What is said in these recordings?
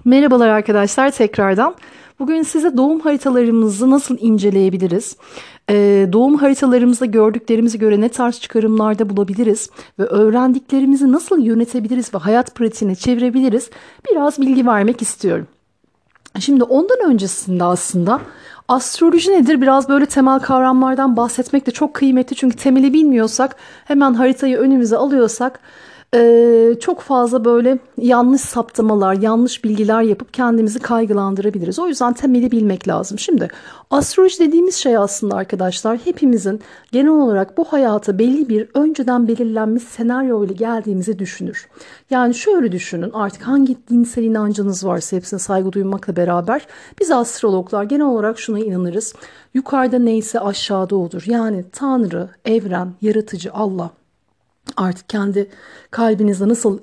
Merhabalar arkadaşlar tekrardan. Bugün size doğum haritalarımızı nasıl inceleyebiliriz? Doğum haritalarımızda gördüklerimize göre ne tarz çıkarımlarda bulabiliriz? Ve öğrendiklerimizi nasıl yönetebiliriz ve hayat pratiğine çevirebiliriz? Biraz bilgi vermek istiyorum. Şimdi ondan öncesinde aslında astroloji nedir? Biraz böyle temel kavramlardan bahsetmek de çok kıymetli. Çünkü temeli bilmiyorsak hemen haritayı önümüze alıyorsak çok fazla böyle yanlış saptamalar, yanlış bilgiler yapıp kendimizi kaygılandırabiliriz. O yüzden temeli bilmek lazım. Şimdi astroloji dediğimiz şey aslında arkadaşlar hepimizin genel olarak bu hayata belli bir önceden belirlenmiş senaryo ile geldiğimizi düşünür. Yani şöyle düşünün, artık hangi dinsel inancınız varsa hepsine saygı duymakla beraber biz astrologlar genel olarak şuna inanırız. Yukarıda neyse aşağıda odur. Yani Tanrı, evren, yaratıcı Allah, artık kendi kalbinizde nasıl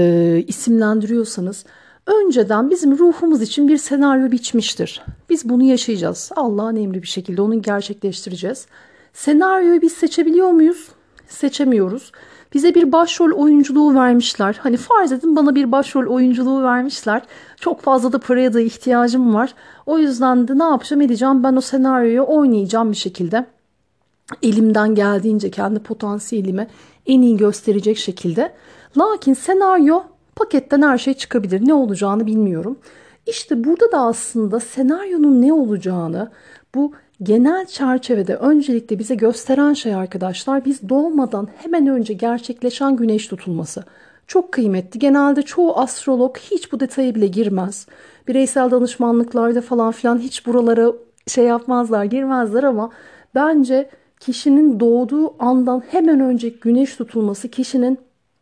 isimlendiriyorsanız önceden bizim ruhumuz için bir senaryo biçmiştir. Biz bunu yaşayacağız. Allah'ın emri bir şekilde onu gerçekleştireceğiz. Senaryoyu biz seçebiliyor muyuz? Seçemiyoruz. Bize bir başrol oyunculuğu vermişler. Hani farz edin, bana bir başrol oyunculuğu vermişler. Çok fazla da paraya da ihtiyacım var. O yüzden de ne yapacağım edeceğim? Ben o senaryoyu oynayacağım bir şekilde. Elimden geldiğince kendi potansiyelimi en iyi gösterecek şekilde. Lakin senaryo, paketten her şey çıkabilir. Ne olacağını bilmiyorum. İşte burada da aslında senaryonun ne olacağını bu genel çerçevede öncelikle bize gösteren şey arkadaşlar, biz doğmadan hemen önce gerçekleşen güneş tutulması. Çok kıymetli. Genelde çoğu astrolog hiç bu detaya bile girmez. Bireysel danışmanlıklarda falan filan hiç buralara şey yapmazlar, girmezler ama bence kişinin doğduğu andan hemen önce güneş tutulması kişinin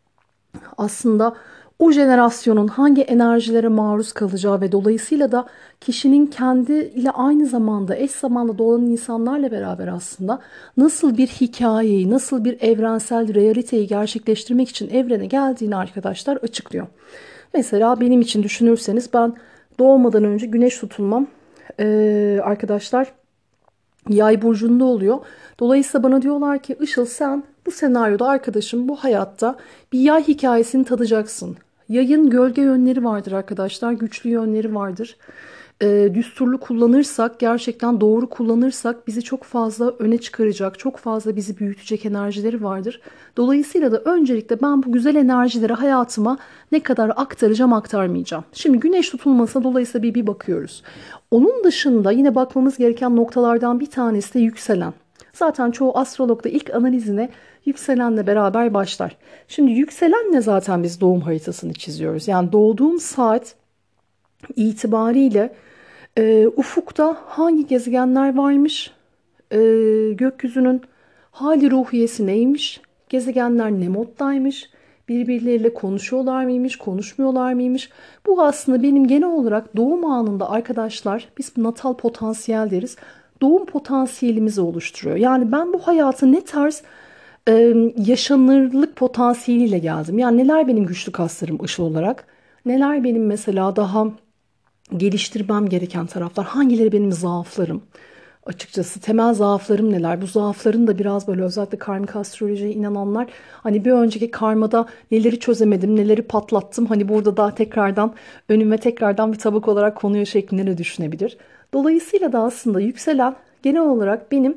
aslında o jenerasyonun hangi enerjilere maruz kalacağı ve dolayısıyla da kişinin kendiyle aynı zamanda eş zamanlı doğan insanlarla beraber aslında nasıl bir hikayeyi, nasıl bir evrensel realiteyi gerçekleştirmek için evrene geldiğini arkadaşlar açıklıyor. Mesela benim için düşünürseniz ben doğmadan önce güneş tutulmam arkadaşlar Yay burcunda oluyor. Dolayısıyla bana diyorlar ki Işıl, sen bu senaryoda arkadaşım bu hayatta bir yay hikayesini tadacaksın. Yayın gölge yönleri vardır arkadaşlar, güçlü yönleri vardır. Düsturlu kullanırsak, gerçekten doğru kullanırsak bizi çok fazla öne çıkaracak, çok fazla bizi büyütecek enerjileri vardır. Dolayısıyla da öncelikle ben bu güzel enerjileri hayatıma ne kadar aktaracağım, aktarmayacağım. Şimdi güneş tutulmasına dolayısıyla bir bakıyoruz. Onun dışında yine bakmamız gereken noktalardan bir tanesi de yükselen. Zaten çoğu astrolog da ilk analizine yükselenle beraber başlar. Şimdi yükselenle zaten biz doğum haritasını çiziyoruz. Yani doğduğum saat itibariyle ufukta hangi gezegenler varmış, e, gökyüzünün hali ruhiyesi neymiş, gezegenler ne moddaymış, birbirleriyle konuşuyorlar mıymış, konuşmuyorlar mıymış. Bu aslında benim genel olarak doğum anında arkadaşlar, biz natal potansiyel deriz, doğum potansiyelimizi oluşturuyor. Yani ben bu hayatı ne tarz yaşanırlık potansiyeliyle geldim. Yani neler benim güçlü kaslarım ışıl olarak, neler benim mesela daha geliştirmem gereken taraflar, hangileri benim zaaflarım. Açıkçası temel zaaflarım neler? Bu zaafların da biraz böyle, özellikle karmik astrolojiye inananlar hani bir önceki karmada neleri çözemedim, neleri patlattım. Hani burada daha tekrardan önüme tekrardan bir tabak olarak konuyor şeklinde de düşünebilir. Dolayısıyla da aslında yükselen genel olarak benim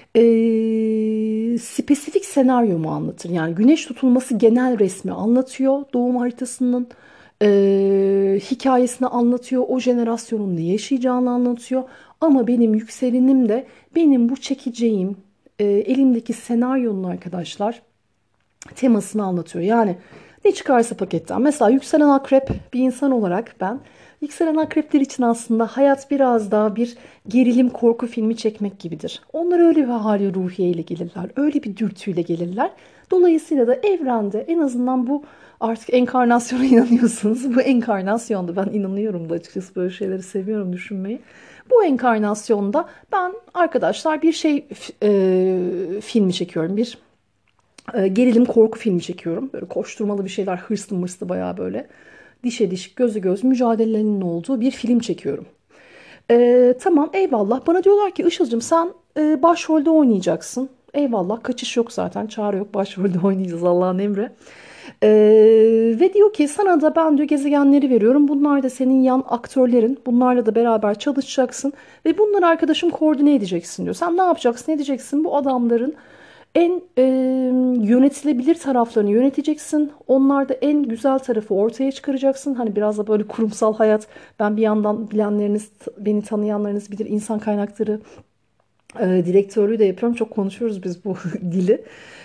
spesifik senaryomu anlatır. Yani güneş tutulması genel resmi anlatıyor. Doğum haritasının hikayesini anlatıyor. O jenerasyonun ne yaşayacağını anlatıyor. Ama benim yükselenim de benim bu çekeceğim elimdeki senaryonun arkadaşlar temasını anlatıyor. Yani ne çıkarsa paketten. Mesela yükselen akrep bir insan olarak ben, yükselen akrepler için aslında hayat biraz daha bir gerilim korku filmi çekmek gibidir. Onlar öyle bir hali ruhiyeyle gelirler. Öyle bir dürtüyle gelirler. Dolayısıyla da evrende en azından bu, artık enkarnasyona inanıyorsunuz. Bu enkarnasyonda ben inanıyorum da, açıkçası böyle şeyleri seviyorum düşünmeyi. Bu enkarnasyonda ben arkadaşlar bir filmi çekiyorum. Bir gerilim korku filmi çekiyorum. Böyle koşturmalı bir şeyler, hırslı mırslı, bayağı böyle dişe diş, göze göz mücadelelerinin olduğu bir film çekiyorum. Tamam, eyvallah. Bana diyorlar ki Işıl'cığım sen başrolde oynayacaksın. Eyvallah, kaçış yok zaten, çare yok, başrolde oynayacağız, Allah'ın emri. Ve diyor ki sana da ben diyor gezegenleri veriyorum. Bunlar da senin yan aktörlerin. Bunlarla da beraber çalışacaksın. Ve bunları arkadaşım koordine edeceksin diyor. Sen ne yapacaksın? Ne edeceksin? Bu adamların en yönetilebilir taraflarını yöneteceksin. Onlarda en güzel tarafı ortaya çıkaracaksın. Hani biraz da böyle kurumsal hayat. Ben bir yandan bilenleriniz, beni tanıyanlarınız bilir. İnsan kaynakları direktörlüğü de yapıyorum. Çok konuşuyoruz biz bu dili.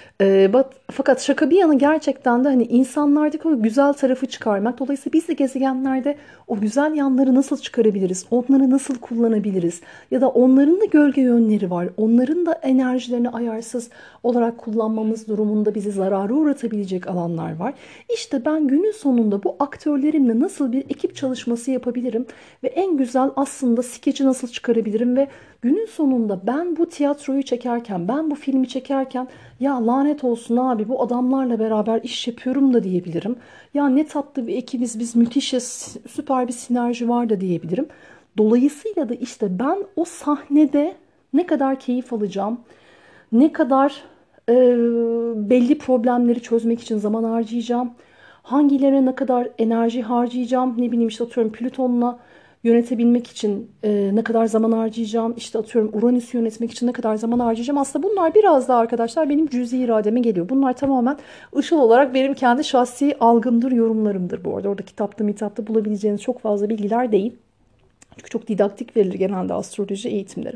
Fakat şaka bir yana gerçekten de hani insanlardaki o güzel tarafı çıkarmak. Dolayısıyla biz de gezegenlerde o güzel yanları nasıl çıkarabiliriz? Onları nasıl kullanabiliriz? Ya da onların da gölge yönleri var. Onların da enerjilerini ayarsız olarak kullanmamız durumunda bizi zarara uğratabilecek alanlar var. İşte ben günün sonunda bu aktörlerimle nasıl bir ekip çalışması yapabilirim ve en güzel aslında skeci nasıl çıkarabilirim ve günün sonunda ben bu tiyatroyu çekerken, ben bu filmi çekerken ya lanet olsun abi bu adamlarla beraber iş yapıyorum da diyebilirim. Ya ne tatlı bir ekibiz biz müthişiz, süper bir sinerji var da diyebilirim. Dolayısıyla da işte ben o sahnede ne kadar keyif alacağım, ne kadar e, belli problemleri çözmek için zaman harcayacağım. Hangilerine ne kadar enerji harcayacağım. Ne bileyim işte atıyorum Plüton'la yönetebilmek için ne kadar zaman harcayacağım. İşte atıyorum Uranüs'ü yönetmek için ne kadar zaman harcayacağım. Aslında bunlar biraz da arkadaşlar benim cüzi irademe geliyor. Bunlar tamamen ışıl olarak benim kendi şahsi algımdır, yorumlarımdır bu arada. Orada kitapta mitapta bulabileceğiniz çok fazla bilgiler değil. Çünkü çok didaktik verilir genelde astroloji eğitimleri.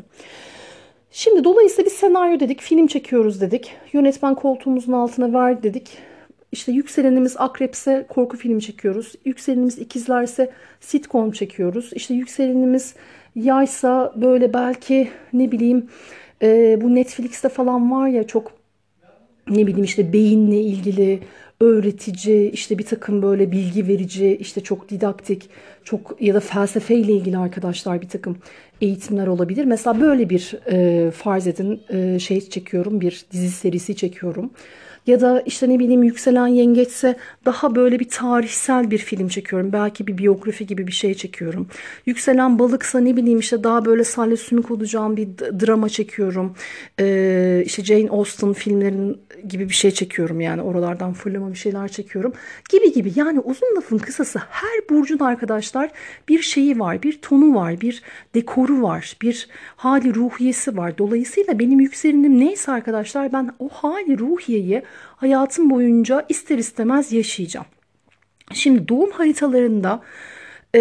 Şimdi dolayısıyla bir senaryo dedik, film çekiyoruz dedik. Yönetmen koltuğumuzun altına ver dedik. İşte yükselenimiz akrepse korku filmi çekiyoruz. Yükselenimiz ikizlerse sitcom çekiyoruz. İşte yükselenimiz yaysa böyle belki ne bileyim bu Netflix'te falan var ya çok ne bileyim işte beyinle ilgili öğretici işte bir takım böyle bilgi verici işte çok didaktik çok ya da felsefeyle ilgili arkadaşlar bir takım eğitimler olabilir. Mesela böyle bir farz edin şey çekiyorum bir dizi serisi çekiyorum. Ya da işte ne bileyim yükselen yengeçse daha böyle bir tarihsel bir film çekiyorum. Belki bir biyografi gibi bir şey çekiyorum. Yükselen balıksa ne bileyim işte daha böyle salya sümük olacağım bir drama çekiyorum. İşte Jane Austen filmlerin gibi bir şey çekiyorum yani oralardan fırlama bir şeyler çekiyorum gibi gibi. Yani uzun lafın kısası her burcun arkadaşlar bir şeyi var, bir tonu var, bir dekoru var, bir hali ruhiyesi var. Dolayısıyla benim yükselenim neyse arkadaşlar ben o hali ruhiyeyi hayatım boyunca ister istemez yaşayacağım. Şimdi doğum haritalarında e,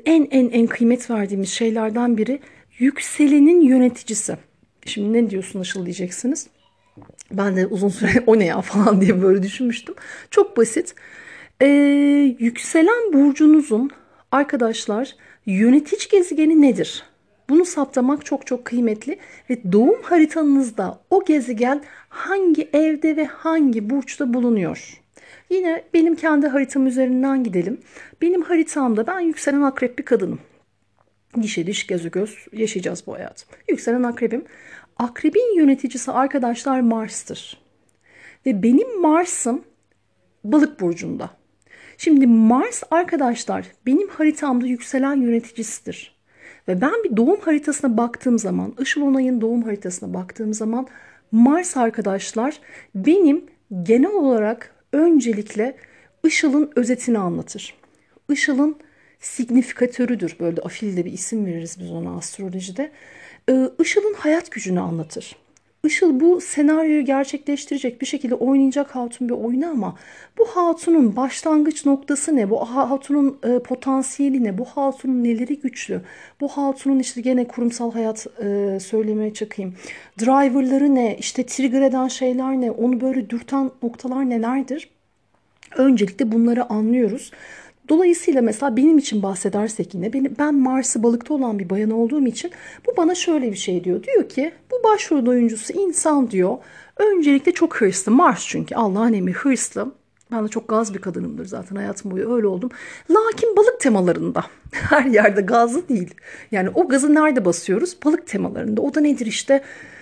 en kıymet verdiğimiz şeylerden biri yükselenin yöneticisi. Şimdi ne diyorsun Işıl diyeceksiniz. Ben de uzun süre o ne ya falan diye böyle düşünmüştüm. Çok basit. Ee, Yükselen burcunuzun arkadaşlar yönetici gezegeni nedir? Bunu saptamak çok çok kıymetli ve doğum haritanızda o gezegen hangi evde ve hangi burçta bulunuyor? Yine benim kendi haritam üzerinden gidelim. Benim haritamda ben yükselen akrep bir kadınım. Dişe diş gözü göz yaşayacağız bu hayatı. Yükselen akrebim. Akrebin yöneticisi arkadaşlar Mars'tır. Ve benim Mars'ım Balık burcunda. Şimdi Mars arkadaşlar benim haritamda yükselen yöneticisidir. Ve ben bir doğum haritasına baktığım zaman, Işıl Onay'ın doğum haritasına baktığım zaman Mars arkadaşlar benim genel olarak öncelikle Işıl'ın özetini anlatır. Işıl'ın signifikatörüdür. Böyle afilde bir isim veririz biz ona astrolojide. Işıl'ın hayat gücünü anlatır. Işıl bu senaryoyu gerçekleştirecek bir şekilde oynayacak hatun bir oyunu ama bu hatunun başlangıç noktası ne? Bu hatunun potansiyeli ne? Bu hatunun neleri güçlü? Bu hatunun işte gene kurumsal hayat söylemeye çakayım. Driverları ne? İşte trigger eden şeyler ne? Onu böyle dürten noktalar nelerdir? Öncelikle bunları anlıyoruz. Dolayısıyla mesela benim için bahsedersek yine ben Mars'ı balıkta olan bir bayan olduğum için bu bana şöyle bir şey diyor. Diyor ki bu başrol oyuncusu insan diyor. Öncelikle çok hırslı. Mars çünkü Allah'ın emri hırslı. Ben de çok gaz bir kadınımdır zaten hayatım boyu öyle oldum. Lakin balık temalarında her yerde gazlı değil. Yani o gazı nerede basıyoruz? Balık temalarında. O da nedir işte?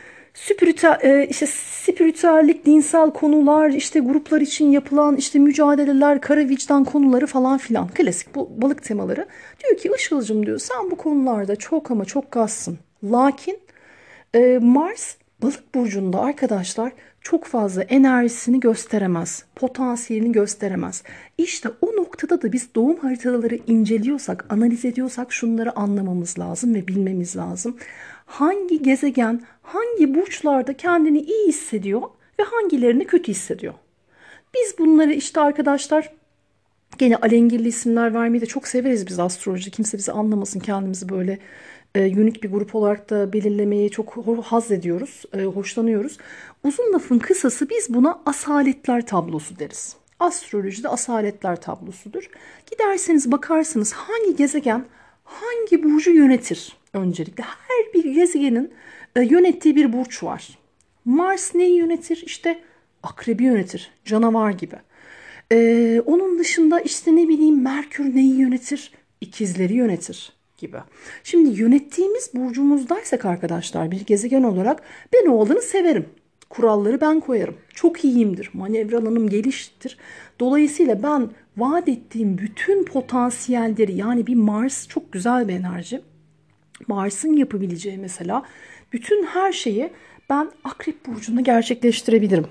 İşte spiritüellik, dinsel konular, işte gruplar için yapılan işte mücadeleler, kara vicdan konuları falan filan. Klasik bu balık temaları. Diyor ki Işıl'cım diyor sen bu konularda çok ama çok gazsın. Lakin Mars Balık burcunda arkadaşlar çok fazla enerjisini gösteremez, potansiyelini gösteremez. İşte o noktada da biz doğum haritaları inceliyorsak, analiz ediyorsak şunları anlamamız lazım ve bilmemiz lazım. Hangi gezegen, hangi burçlarda kendini iyi hissediyor ve hangilerini kötü hissediyor? Biz bunları işte arkadaşlar gene alengirli isimler vermeyi de çok severiz biz astroloji. Kimse bizi anlamasın, kendimizi böyle unik bir grup olarak da belirlemeyi çok haz ediyoruz, hoşlanıyoruz. Uzun lafın kısası biz buna asaletler tablosu deriz. Astrolojide asaletler tablosudur. Giderseniz bakarsınız hangi gezegen hangi burcu yönetir öncelikle. Her bir gezegenin yönettiği bir burç var. Mars neyi yönetir? İşte akrebi yönetir, canavar gibi. Onun dışında işte ne bileyim Merkür neyi yönetir? İkizleri yönetir gibi. Şimdi yönettiğimiz burcumuzdaysak arkadaşlar bir gezegen olarak ben o alanı severim. Kuralları ben koyarım. Çok iyiyimdir. Manevra alanım geliştir. Dolayısıyla ben vaat ettiğim bütün potansiyelleri yani bir Mars çok güzel bir enerji. Mars'ın yapabileceği mesela bütün her şeyi ben Akrep burcunda gerçekleştirebilirim.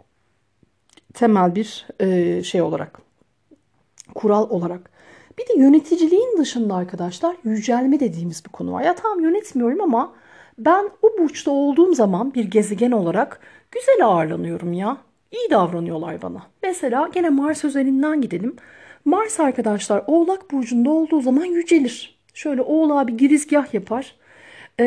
Temel bir şey olarak, kural olarak. Bir de yöneticiliğin dışında arkadaşlar yücelme dediğimiz bir konu var. Ya tamam yönetmiyorum ama ben o burçta olduğum zaman bir gezegen olarak güzel ağırlanıyorum ya. İyi davranıyorlar bana. Mesela gene Mars özelinden gidelim. Mars arkadaşlar Oğlak burcunda olduğu zaman yücelir. Şöyle Oğlak'a bir girizgah yapar. Ee,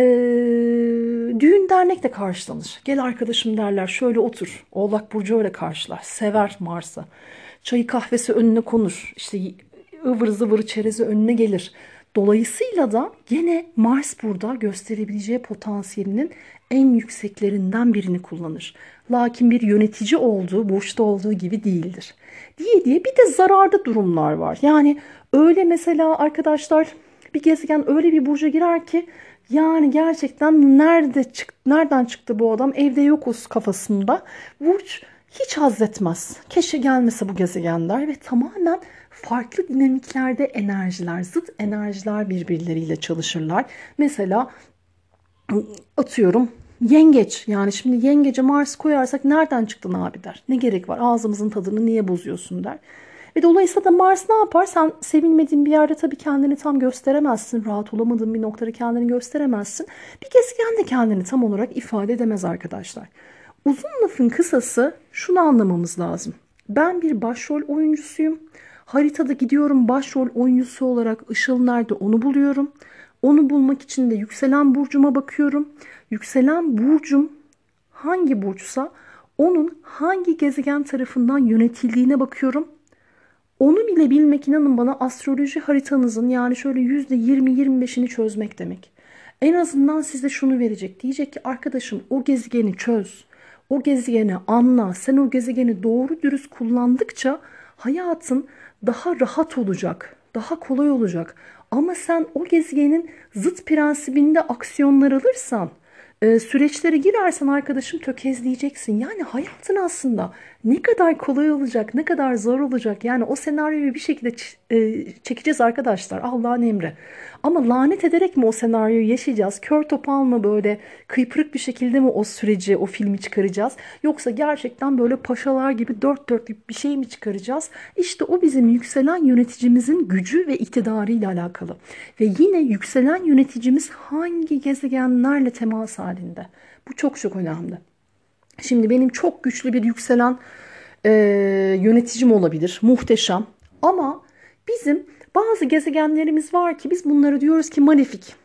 Düğün dernek de karşılanır. Gel arkadaşım derler şöyle otur. Oğlak Burcu öyle karşılar. Sever Mars'ı. Çayı kahvesi önüne konur. İşte ıvır zıvır çerezi önüne gelir. Dolayısıyla da gene Mars burada gösterebileceği potansiyelinin en yükseklerinden birini kullanır. Lakin bir yönetici olduğu, burçta olduğu gibi değildir. Diye bir de zararlı durumlar var. Yani öyle mesela arkadaşlar bir gezegen öyle bir burca girer ki yani gerçekten nereden çıktı bu adam? Evde yokuz kafasında. Burç hiç haz etmez. Keşke gelmese bu gezegen der ve tamamen farklı dinamiklerde enerjiler, zıt enerjiler birbirleriyle çalışırlar. Mesela atıyorum yengeç yani şimdi yengece Mars koyarsak nereden çıktın abi der. Ne gerek var ağzımızın tadını niye bozuyorsun der. Ve dolayısıyla da Mars ne yapar? Sen sevilmediğin bir yerde tabii kendini tam gösteremezsin. Rahat olamadığın bir noktada kendini gösteremezsin. Bir gezegen de kendini tam olarak ifade edemez arkadaşlar. Uzun lafın kısası şunu anlamamız lazım. Ben bir başrol oyuncusuyum. Haritada gidiyorum başrol oyuncusu olarak Işıl nerede onu buluyorum. Onu bulmak için de yükselen burcuma bakıyorum. Yükselen burcum hangi burçsa onun hangi gezegen tarafından yönetildiğine bakıyorum. Onu bile bilmek inanın bana astroloji haritanızın yani şöyle %20-25'ini çözmek demek. En azından size şunu verecek. Diyecek ki arkadaşım o gezegeni çöz. O gezegeni anla. Sen o gezegeni doğru dürüst kullandıkça hayatın daha rahat olacak. Daha kolay olacak. Ama sen o gezegenin zıt prensibinde aksiyonlar alırsan süreçlere girersen arkadaşım tökezleyeceksin. Yani hayatın aslında ne kadar kolay olacak, ne kadar zor olacak. Yani o senaryoyu bir şekilde çekeceğiz arkadaşlar. Allah'ın emri. Ama lanet ederek mi o senaryoyu yaşayacağız? Kör topal mı böyle kıypırık bir şekilde mi o süreci, o filmi çıkaracağız? Yoksa gerçekten böyle paşalar gibi dört dörtlük bir şey mi çıkaracağız? İşte o bizim yükselen yöneticimizin gücü ve iktidarıyla alakalı. Ve yine yükselen yöneticimiz hangi gezegenlerle temas halinde? Bu çok çok önemli. Şimdi benim çok güçlü bir yükselen yöneticim olabilir. Muhteşem. Ama bizim bazı gezegenlerimiz var ki biz bunları diyoruz ki malefik.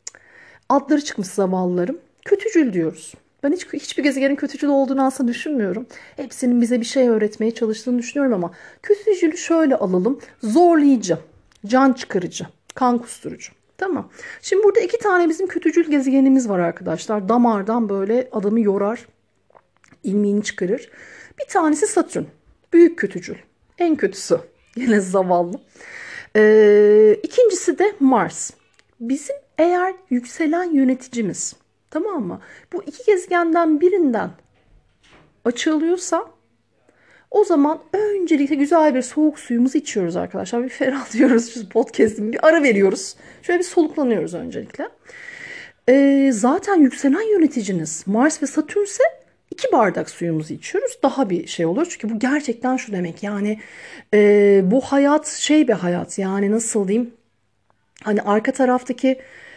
Adları çıkmış zavallılarım. Kötücül diyoruz. Ben hiçbir gezegenin kötücül olduğunu aslında düşünmüyorum. Hepsinin bize bir şey öğretmeye çalıştığını düşünüyorum ama kötücülü şöyle alalım. Zorlayıcı, can çıkarıcı, kan kusturucu. Tamam. Şimdi burada iki tane bizim kötücül gezegenimiz var arkadaşlar. Damardan böyle adamı yorar, ilmiğini çıkarır. Bir tanesi Satürn. Büyük kötücül. En kötüsü. Yine zavallı. İkincisi de Mars. Bizim eğer yükselen yöneticimiz, tamam mı? Bu iki gezegenden birinden açı alıyorsa o zaman öncelikle güzel bir soğuk suyumuzu içiyoruz arkadaşlar. Bir ferahlıyoruz şu podcast'ın bir ara veriyoruz. Şöyle bir soluklanıyoruz öncelikle. Zaten yükselen yöneticiniz Mars ve Satürn'se 2 bardak suyumuzu içiyoruz. Daha bir şey olur. Çünkü bu gerçekten şu demek yani bu hayat şey bir hayat yani nasıl diyeyim? Hani arka taraftaki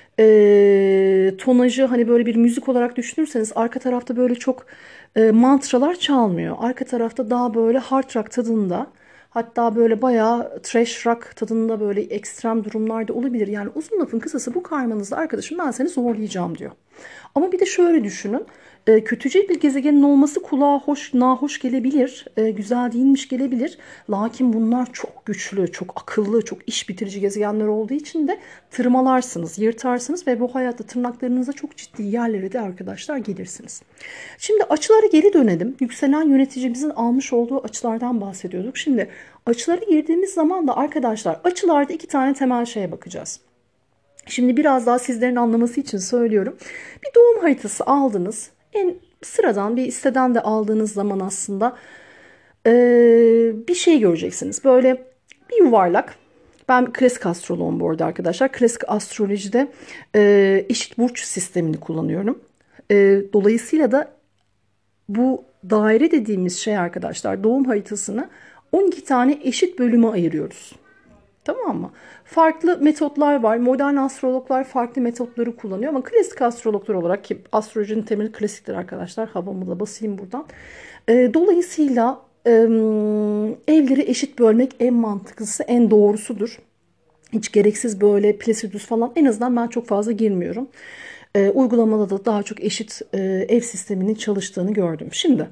tonajı hani böyle bir müzik olarak düşünürseniz arka tarafta böyle çok mantralar çalmıyor. Arka tarafta daha böyle hard rock tadında hatta böyle bayağı trash rock tadında böyle ekstrem durumlarda olabilir. Yani uzun lafın kısası bu karmanızda arkadaşım ben seni zorlayacağım diyor. Ama bir de şöyle düşünün. Kötücül bir gezegenin olması kulağa hoş, nahoş gelebilir, güzel değilmiş gelebilir. Lakin bunlar çok güçlü, çok akıllı, çok iş bitirici gezegenler olduğu için de tırmalarsınız, yırtarsınız ve bu hayatta tırnaklarınıza çok ciddi yerlere de arkadaşlar gelirsiniz. Şimdi açılara geri dönelim. Yükselen yöneticimizin almış olduğu açılardan bahsediyorduk. Şimdi açılara girdiğimiz zaman da arkadaşlar açılarda 2 tane temel şeye bakacağız. Şimdi biraz daha sizlerin anlaması için söylüyorum. Bir doğum haritası aldınız. En sıradan bir siteden de aldığınız zaman aslında bir şey göreceksiniz. Böyle bir yuvarlak. Ben klasik astroloğum bu arada arkadaşlar. Klasik astrolojide eşit burç sistemini kullanıyorum. Dolayısıyla da bu daire dediğimiz şey arkadaşlar doğum haritasını 12 tane eşit bölüme ayırıyoruz. Tamam mı? Farklı metotlar var. Modern astrologlar farklı metotları kullanıyor ama klasik astrologlar olarak ki astrolojinin temeli klasiktir arkadaşlar. Havamı da basayım buradan. Dolayısıyla evleri eşit bölmek en mantıklısı, en doğrusudur. Hiç gereksiz böyle Placidus falan en azından ben çok fazla girmiyorum. Uygulamada da daha çok eşit ev sisteminin çalıştığını gördüm. Şimdi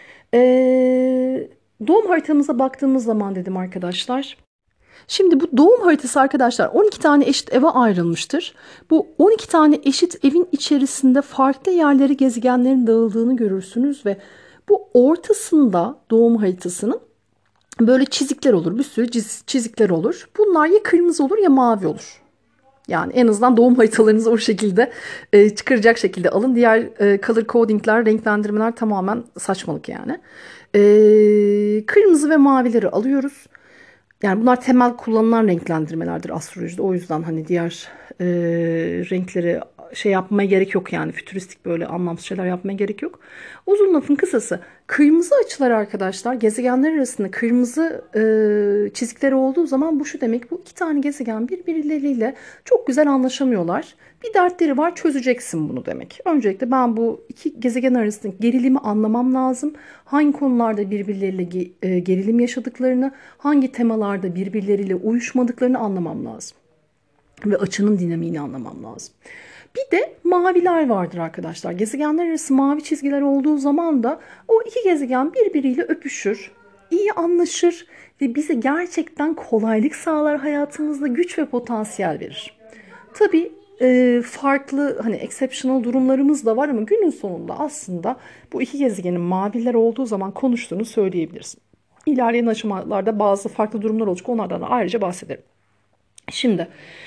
doğum haritamıza baktığımız zaman dedim arkadaşlar. Şimdi bu doğum haritası arkadaşlar 12 tane eşit eve ayrılmıştır. Bu 12 tane eşit evin içerisinde farklı yerlere gezegenlerin dağıldığını görürsünüz ve bu ortasında doğum haritasının böyle çizikler olur. Bir sürü çizikler olur. Bunlar ya kırmızı olur ya mavi olur. Yani en azından doğum haritalarınızı o şekilde çıkaracak şekilde alın. Diğer color codingler, renklendirmeler tamamen saçmalık yani. Kırmızı ve mavileri alıyoruz. Yani bunlar temel kullanılan renklendirmelerdir astrolojide. O yüzden hani diğer renkleri şey yapmaya gerek yok yani fütüristik böyle anlamsız şeyler yapmaya gerek yok. Uzun lafın kısası kırmızı açılar arkadaşlar gezegenler arasında kırmızı çizikleri olduğu zaman bu şu demek bu 2 tane gezegen birbirleriyle çok güzel anlaşamıyorlar. Bir dertleri var çözeceksin bunu demek. Öncelikle ben bu 2 gezegen arasındaki gerilimi anlamam lazım. Hangi konularda birbirleriyle gerilim yaşadıklarını, hangi temalarda birbirleriyle uyuşmadıklarını anlamam lazım. Ve açının dinamiğini anlamam lazım. Bir de maviler vardır arkadaşlar. Gezegenler arası mavi çizgiler olduğu zaman da o 2 gezegen birbiriyle öpüşür, iyi anlaşır ve bize gerçekten kolaylık sağlar hayatımızda güç ve potansiyel verir. Tabii farklı hani exceptional durumlarımız da var ama günün sonunda aslında bu 2 gezegenin maviler olduğu zaman konuştuğunu söyleyebilirsin. İlerleyen aşamalarda bazı farklı durumlar olacak. Onlardan da ayrıca bahsederim. Şimdi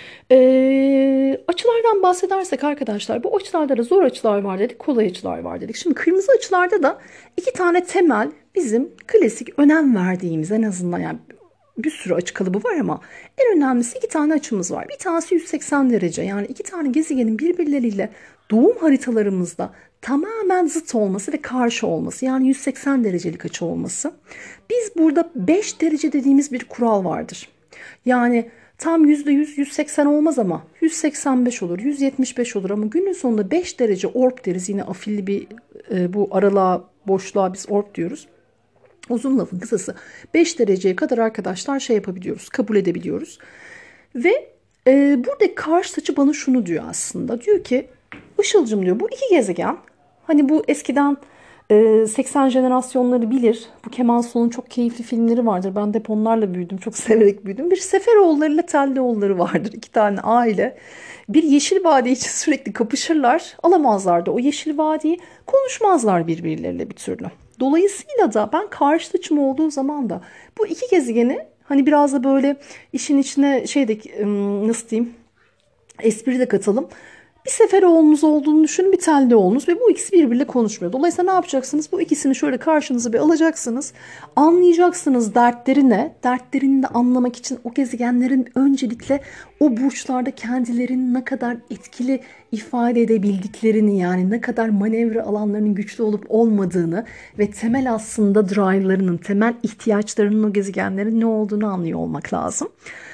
açılardan bahsedersek arkadaşlar bu açılarda da zor açılar var dedik, kolay açılar var dedik. Şimdi kırmızı açılarda da 2 tane temel bizim klasik önem verdiğimiz en azından yani bir sürü açı kalıbı var ama en önemlisi 2 tane açımız var. Bir tanesi 180 derece yani 2 tane gezegenin birbirleriyle doğum haritalarımızda tamamen zıt olması ve karşı olması yani 180 derecelik açı olması. Biz burada 5 derece dediğimiz bir kural vardır. Yani tam %100 180 olmaz ama 185 olur, 175 olur ama günün sonunda 5 derece orb deriz. Yine afilli bir bu aralığa, boşluğa biz orb diyoruz. Uzun lafın kısası 5 dereceye kadar arkadaşlar şey yapabiliyoruz, kabul edebiliyoruz. Ve buradaki karşı açı bana şunu diyor aslında. Diyor ki Işıl'cım diyor bu 2 gezegen hani bu eskiden 80 jenerasyonları bilir. Bu Kemal Sunal'ın çok keyifli filmleri vardır. Ben de hep onlarla büyüdüm. Çok severek büyüdüm. Bir Seferoğulları ile Tellioğulları vardır. 2 tane aile. Bir yeşil vadi için sürekli kapışırlar. Alamazlar da o yeşil vadiyi. Konuşmazlar birbirleriyle bir türlü. Dolayısıyla da ben karşıt açım olduğu zaman da bu 2 gezegeni hani biraz da böyle işin içine şeyde nasıl diyeyim espri de katalım. Bir Seferoğlu'nuz olduğunu düşünün, bir Telleoğlu'nuz ve bu ikisi birbiriyle konuşmuyor. Dolayısıyla ne yapacaksınız? Bu ikisini şöyle karşınıza bir alacaksınız. Anlayacaksınız dertleri ne? Dertlerini de anlamak için o gezegenlerin öncelikle o burçlarda kendilerini ne kadar etkili ifade edebildiklerini, yani ne kadar manevra alanlarının güçlü olup olmadığını ve temel aslında drive'larının, temel ihtiyaçlarının o gezegenlerin ne olduğunu anlıyor olmak lazım.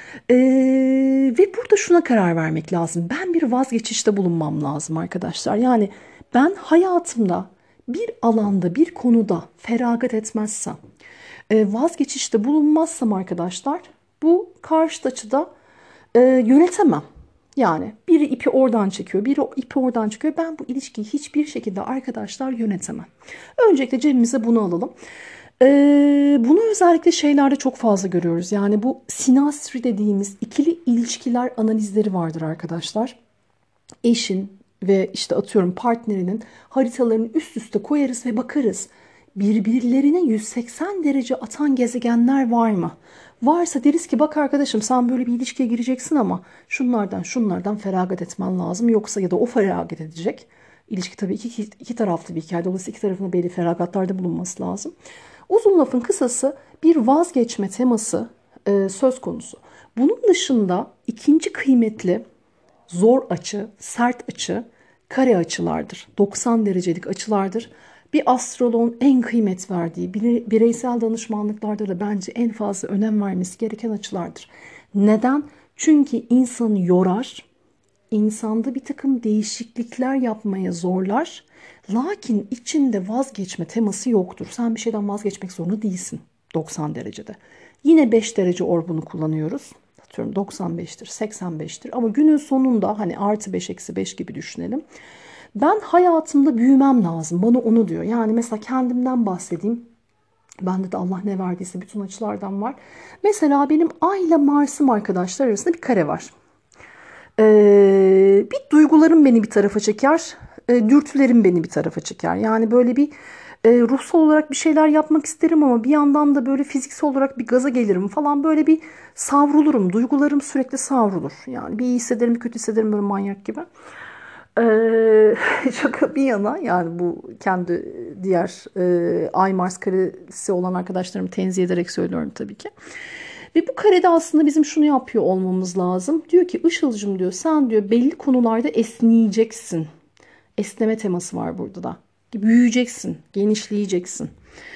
Ve burada şuna karar vermek lazım. Ben bir vazgeçişte bulunmam lazım arkadaşlar. Yani ben hayatımda bir alanda, bir konuda feragat etmezsem, vazgeçişte bulunmazsam arkadaşlar, bu karşıt açıda yönetemem. Yani biri ipi oradan çekiyor, biri ipi oradan çekiyor. Ben bu ilişkiyi hiçbir şekilde arkadaşlar yönetemem. Öncelikle cebimize bunu alalım. Bunu özellikle şeylerde çok fazla görüyoruz. Yani bu sinastri dediğimiz ikili ilişkiler analizleri vardır arkadaşlar. Eşin ve işte atıyorum partnerinin haritalarını üst üste koyarız ve bakarız. Birbirlerine 180 derece atan gezegenler var mı? Varsa deriz ki bak arkadaşım, sen böyle bir ilişkiye gireceksin ama şunlardan feragat etmen lazım. Yoksa ya da o feragat edecek. İlişki tabii iki taraflı bir hikaye. Dolayısıyla iki tarafın belli feragatlarda bulunması lazım. Uzun lafın kısası, bir vazgeçme teması söz konusu. Bunun dışında ikinci kıymetli zor açı, sert açı, kare açılardır. 90 derecelik açılardır. Bir astroloğun en kıymet verdiği, bireysel danışmanlıklarda da bence en fazla önem vermesi gereken açılardır. Neden? Çünkü insanı yorar, insanda bir takım değişiklikler yapmaya zorlar. Lakin içinde vazgeçme teması yoktur. Sen bir şeyden vazgeçmek zorunda değilsin 90 derecede. Yine 5 derece orbunu kullanıyoruz. Atıyorum 95'tir, 85'tir. Ama günün sonunda hani artı 5 eksi 5 gibi düşünelim. Ben hayatımda büyümem lazım. Bana onu diyor. Yani mesela kendimden bahsedeyim. Bende de Allah ne verdiyse bütün açılardan var. Mesela benim Ay ile Mars'ım arkadaşlar arasında bir kare var. Bir duygularım beni bir tarafa çeker, dürtülerim beni bir tarafa çeker. Yani böyle bir ruhsal olarak bir şeyler yapmak isterim ama bir yandan da böyle fiziksel olarak bir gaza gelirim falan, böyle bir savrulurum. Duygularım sürekli savrulur. Yani bir iyi hissederim, bir kötü hissederim, böyle manyak gibi. Şaka bir yana, yani bu kendi diğer Ay Mars karesi olan arkadaşlarımı tenzih ederek söylüyorum tabii ki. Ve bu karede aslında bizim şunu yapıyor olmamız lazım. Diyor ki Işıl'cığım diyor, sen diyor belli konularda esneyeceksin. Esneme teması var burada da. Büyüyeceksin, genişleyeceksin.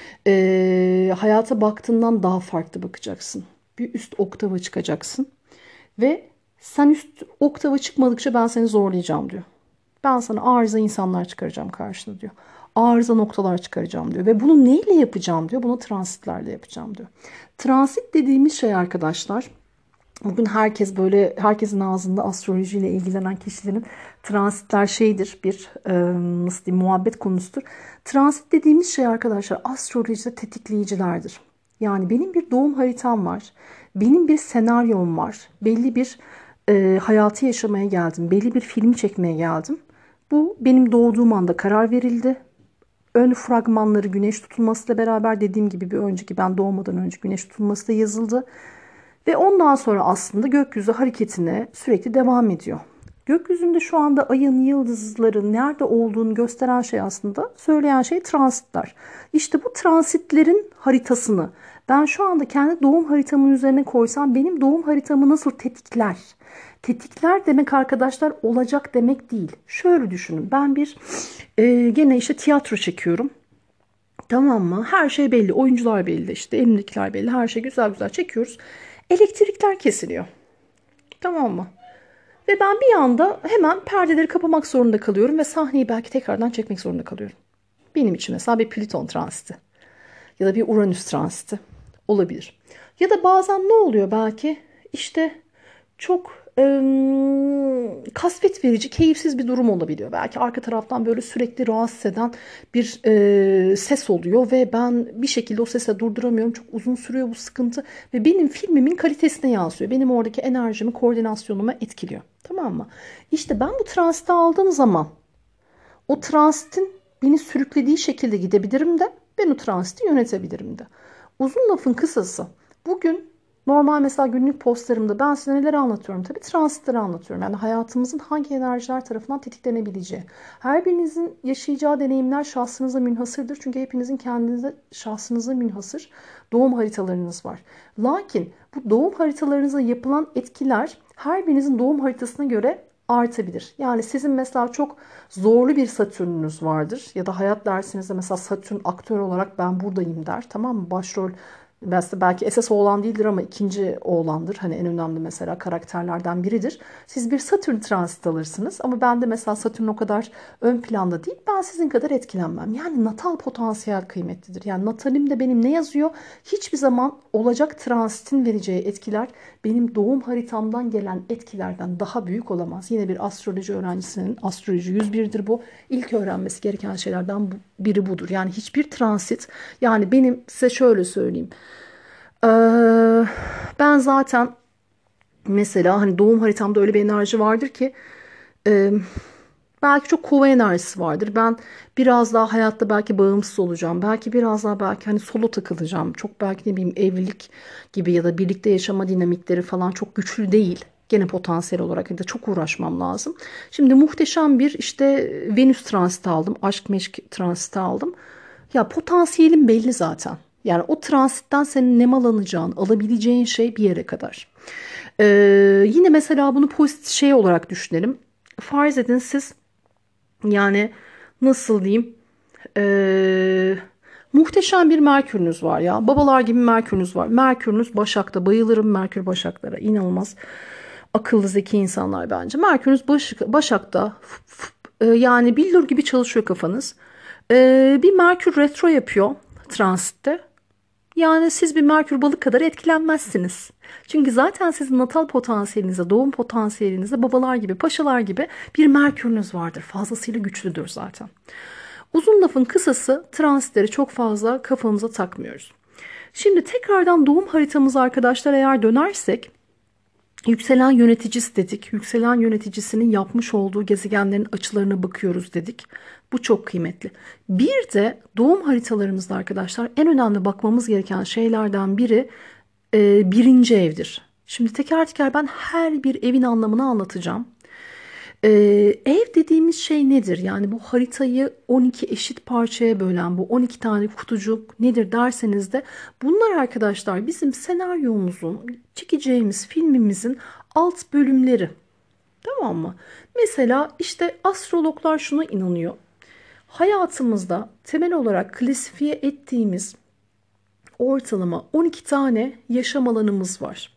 Hayata baktığından daha farklı bakacaksın. Bir üst oktava çıkacaksın. Ve sen üst oktava çıkmadıkça ben seni zorlayacağım diyor. Ben sana arıza insanlar çıkaracağım karşına diyor. Arıza noktalar çıkaracağım diyor. Ve bunu neyle yapacağım diyor. Bunu transitlerle yapacağım diyor. Transit dediğimiz şey arkadaşlar, bugün herkesin ağzında astrolojiyle ilgilenen kişilerin transitler şeydir, bir nasıl diyeyim, muhabbet konusudur. Transit dediğimiz şey arkadaşlar astrolojide tetikleyicilerdir. Yani benim bir doğum haritam var. Benim bir senaryom var. Belli bir hayatı yaşamaya geldim. Belli bir filmi çekmeye geldim. Bu benim doğduğum anda karar verildi. Ön fragmanları güneş tutulmasıyla beraber, dediğim gibi bir önceki, ben doğmadan önce güneş tutulması da yazıldı. Ve ondan sonra aslında gökyüzü hareketine sürekli devam ediyor. Gökyüzünde şu anda ayın, yıldızların nerede olduğunu gösteren şey, aslında söyleyen şey transitler. İşte bu transitlerin haritasını ben şu anda kendi doğum haritamın üzerine koysam benim doğum haritamı nasıl tetikler? Tetikler demek arkadaşlar olacak demek değil. Şöyle düşünün, ben gene işte tiyatro çekiyorum. Tamam mı? Her şey belli. Oyuncular belli. İşte elimdekiler belli. Her şey güzel güzel çekiyoruz. Elektrikler kesiliyor. Tamam mı? Ve ben bir anda hemen perdeleri kapamak zorunda kalıyorum ve sahneyi belki tekrardan çekmek zorunda kalıyorum. Benim için mesela bir Plüton transiti ya da bir Uranüs transiti olabilir. Ya da bazen ne oluyor belki? İşte çok kasvet verici, keyifsiz bir durum olabiliyor. Belki arka taraftan böyle sürekli rahatsız eden bir ses oluyor ve ben bir şekilde o sese durduramıyorum. Çok uzun sürüyor bu sıkıntı ve benim filmimin kalitesine yansıyor. Benim oradaki enerjimi, koordinasyonumu etkiliyor. Tamam mı? İşte ben bu transiti aldığım zaman o transitin beni sürüklediği şekilde gidebilirim de ben o transiti yönetebilirim de. Uzun lafın kısası, bugün Normal mesela günlük postlarımda ben size neleri anlatıyorum? Tabii transitleri anlatıyorum. Yani hayatımızın hangi enerjiler tarafından tetiklenebileceği. Her birinizin yaşayacağı deneyimler şahsınıza münhasırdır. Çünkü hepinizin kendinize şahsınıza münhasır doğum haritalarınız var. Lakin bu doğum haritalarınıza yapılan etkiler her birinizin doğum haritasına göre artabilir. Yani sizin mesela çok zorlu bir Satürn'ünüz vardır ya da hayat dersinizde mesela Satürn aktör olarak ben buradayım der, tamam mı? Başrol mesela belki esas oğlan değildir ama ikinci oğlandır. Hani en önemli mesela karakterlerden biridir. Siz bir Satürn transit alırsınız ama ben de mesela Satürn o kadar ön planda değil. Ben sizin kadar etkilenmem. Yani natal potansiyel kıymetlidir. Yani natalimde benim ne yazıyor? Hiçbir zaman olacak transitin vereceği etkiler benim doğum haritamdan gelen etkilerden daha büyük olamaz. Yine bir astroloji öğrencisinin, astroloji 101'dir bu. İlk öğrenmesi gereken şeylerden biri budur. Yani hiçbir transit, yani benim size şöyle söyleyeyim. Ben zaten mesela hani doğum haritamda öyle bir enerji vardır ki e, belki çok kova enerjisi vardır. Ben biraz daha hayatta belki bağımsız olacağım. Belki biraz daha belki hani solo takılacağım. Çok belki ne bileyim evlilik gibi ya da birlikte yaşama dinamikleri falan çok güçlü değil. Gene potansiyel olarak da çok uğraşmam lazım. Şimdi muhteşem bir işte Venüs transiti aldım. Aşk meşk transiti aldım. Ya potansiyelim belli zaten. Yani o transitten senin nemalanacağın, alabileceğin şey bir yere kadar. Ee, Yine mesela bunu pozitif şey olarak düşünelim. Farz edin siz yani nasıl diyeyim muhteşem bir Merkür'ünüz var ya. Babalar gibi Merkür'ünüz var. Merkür'ünüz Başak'ta. Bayılırım Merkür Başaklara. İnanılmaz akıllı zeki insanlar bence. Merkür'ünüz Başak'ta. Yani billur gibi çalışıyor kafanız. Bir Merkür retro yapıyor transitte. Yani siz bir Merkür Balık kadar etkilenmezsiniz. Çünkü zaten sizin natal potansiyelinizde, doğum potansiyelinizde babalar gibi, paşalar gibi bir Merkür'ünüz vardır. Fazlasıyla güçlüdür zaten. Uzun lafın kısası transitleri çok fazla kafamıza takmıyoruz. Şimdi tekrardan doğum haritamıza arkadaşlar eğer dönersek yükselen yöneticisi dedik. Yükselen yöneticisinin yapmış olduğu gezegenlerin açılarına bakıyoruz dedik. Bu çok kıymetli. Bir de doğum haritalarımızda arkadaşlar en önemli bakmamız gereken şeylerden biri birinci evdir. Şimdi teker teker ben her bir evin anlamını anlatacağım. Ev dediğimiz şey nedir? Yani bu haritayı 12 eşit parçaya bölen bu 12 tane kutucuk nedir derseniz de bunlar arkadaşlar bizim senaryomuzun, çekeceğimiz filmimizin alt bölümleri. Tamam mı? Mesela işte astrologlar şuna inanıyor. Hayatımızda temel olarak klasifiye ettiğimiz ortalama 12 tane yaşam alanımız var.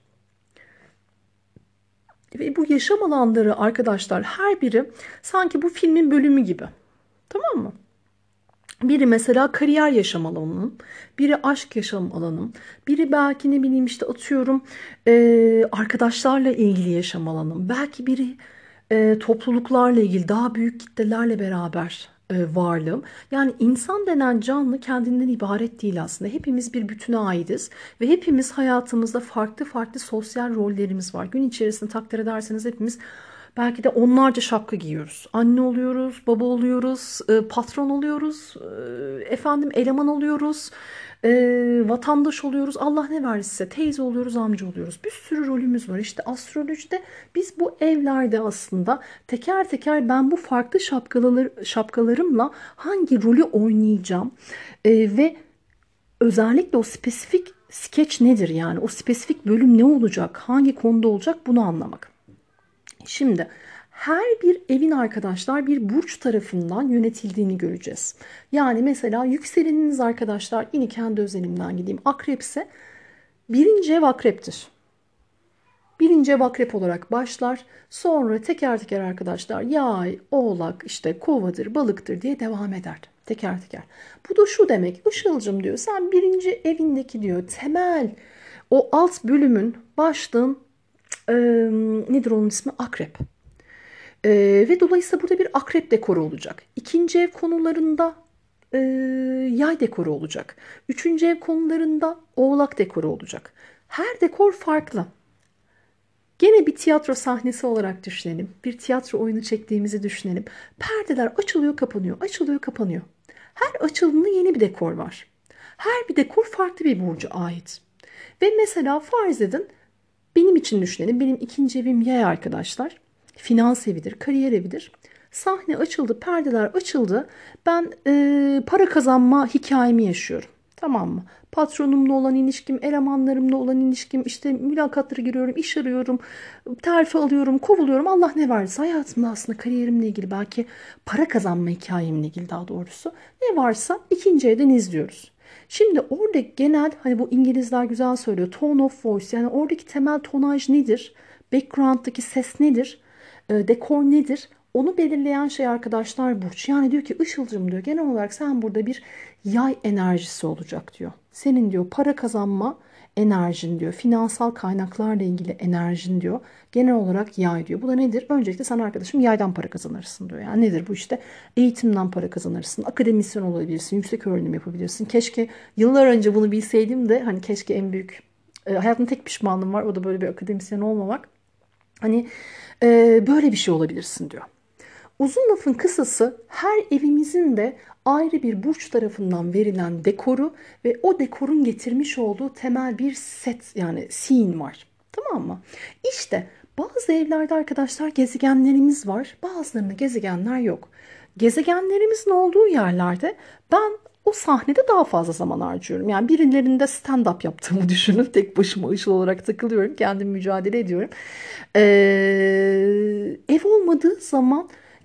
Ve bu yaşam alanları arkadaşlar her biri sanki bu filmin bölümü gibi. Tamam mı? Biri mesela kariyer yaşam alanım, biri aşk yaşam alanım, biri belki ne bileyim işte atıyorum arkadaşlarla ilgili yaşam alanım, belki biri topluluklarla ilgili daha büyük kitlelerle beraber varlığım. Yani insan denen canlı kendinden ibaret değil aslında. Hepimiz bir bütüne aitiz ve hepimiz hayatımızda farklı farklı sosyal rollerimiz var. Gün içerisinde takdir ederseniz hepimiz belki de onlarca şapka giyiyoruz. Anne oluyoruz, baba oluyoruz, patron oluyoruz, efendim eleman oluyoruz, vatandaş oluyoruz. Allah ne verirse teyze oluyoruz, amca oluyoruz. Bir sürü rolümüz var. İşte astrolojide biz bu evlerde aslında teker teker ben bu farklı şapkalarımla hangi rolü oynayacağım ve özellikle o spesifik skeç nedir, yani o spesifik bölüm ne olacak, hangi konuda olacak bunu anlamak. Şimdi her bir evin arkadaşlar bir burç tarafından yönetildiğini göreceğiz. Yani mesela yükseleniniz arkadaşlar, yine kendi özelimden gideyim. Akrepse birinci ev akreptir. Birinci ev akrep olarak başlar. Sonra teker teker arkadaşlar yay, oğlak, işte kovadır, balıktır diye devam eder. Teker teker. Bu da şu demek. Işılcım diyor. Sen birinci evindeki diyor temel o alt bölümün başlığın nedir onun ismi? Akrep. Ve dolayısıyla burada bir akrep dekoru olacak. İkinci ev konularında e, yay dekoru olacak. Üçüncü ev konularında oğlak dekoru olacak. Her dekor farklı. Gene bir tiyatro sahnesi olarak düşünelim. Bir tiyatro oyunu çektiğimizi düşünelim. Perdeler açılıyor, kapanıyor, açılıyor, kapanıyor. Her açıldığında yeni bir dekor var. Her bir dekor farklı bir burca ait. Ve mesela farz edin, benim için düşünelim. Benim ikinci evim yay arkadaşlar. Finans evidir, kariyer evidir. Sahne açıldı, perdeler açıldı. Ben para kazanma hikayemi yaşıyorum. Tamam mı? Patronumla olan ilişkim, elemanlarımla olan ilişkim, işte mülakatlara giriyorum, iş arıyorum, terfi alıyorum, kovuluyorum. Allah ne varsa hayatımda aslında kariyerimle ilgili, belki para kazanma hikayemle ilgili daha doğrusu. Ne varsa ikinci evden izliyoruz. Şimdi orada genel, hani bu İngilizler güzel söylüyor, tone of voice, yani oradaki temel tonaj nedir? Background'daki ses nedir? Dekor nedir? Onu belirleyen şey arkadaşlar burç. Yani diyor ki Işıl'cığım diyor, genel olarak sen burada bir yay enerjisi olacak diyor. Senin diyor para kazanma enerjin diyor. Finansal kaynaklarla ilgili enerjin diyor. Genel olarak yay diyor. Bu da nedir? Öncelikle sen arkadaşım yaydan para kazanırsın diyor. Yani nedir bu işte? Eğitimden para kazanırsın. Akademisyen olabilirsin. Yüksek öğrenim yapabilirsin. Keşke yıllar önce bunu bilseydim de, hani keşke, en büyük hayatımda tek pişmanlığım var. O da böyle bir akademisyen olmamak. Hani böyle bir şey olabilirsin diyor. Uzun lafın kısası, her evimizin de ayrı bir burç tarafından verilen dekoru ve o dekorun getirmiş olduğu temel bir set, yani scene var. Tamam mı? İşte bazı evlerde arkadaşlar gezegenlerimiz var. Bazılarında gezegenler yok. Gezegenlerimizin olduğu yerlerde ben o sahnede daha fazla zaman harcıyorum. Yani birilerinde stand-up yaptığımı düşünün. Tek başıma Işıl olarak takılıyorum. Kendim mücadele ediyorum. Ev olmadığı zaman,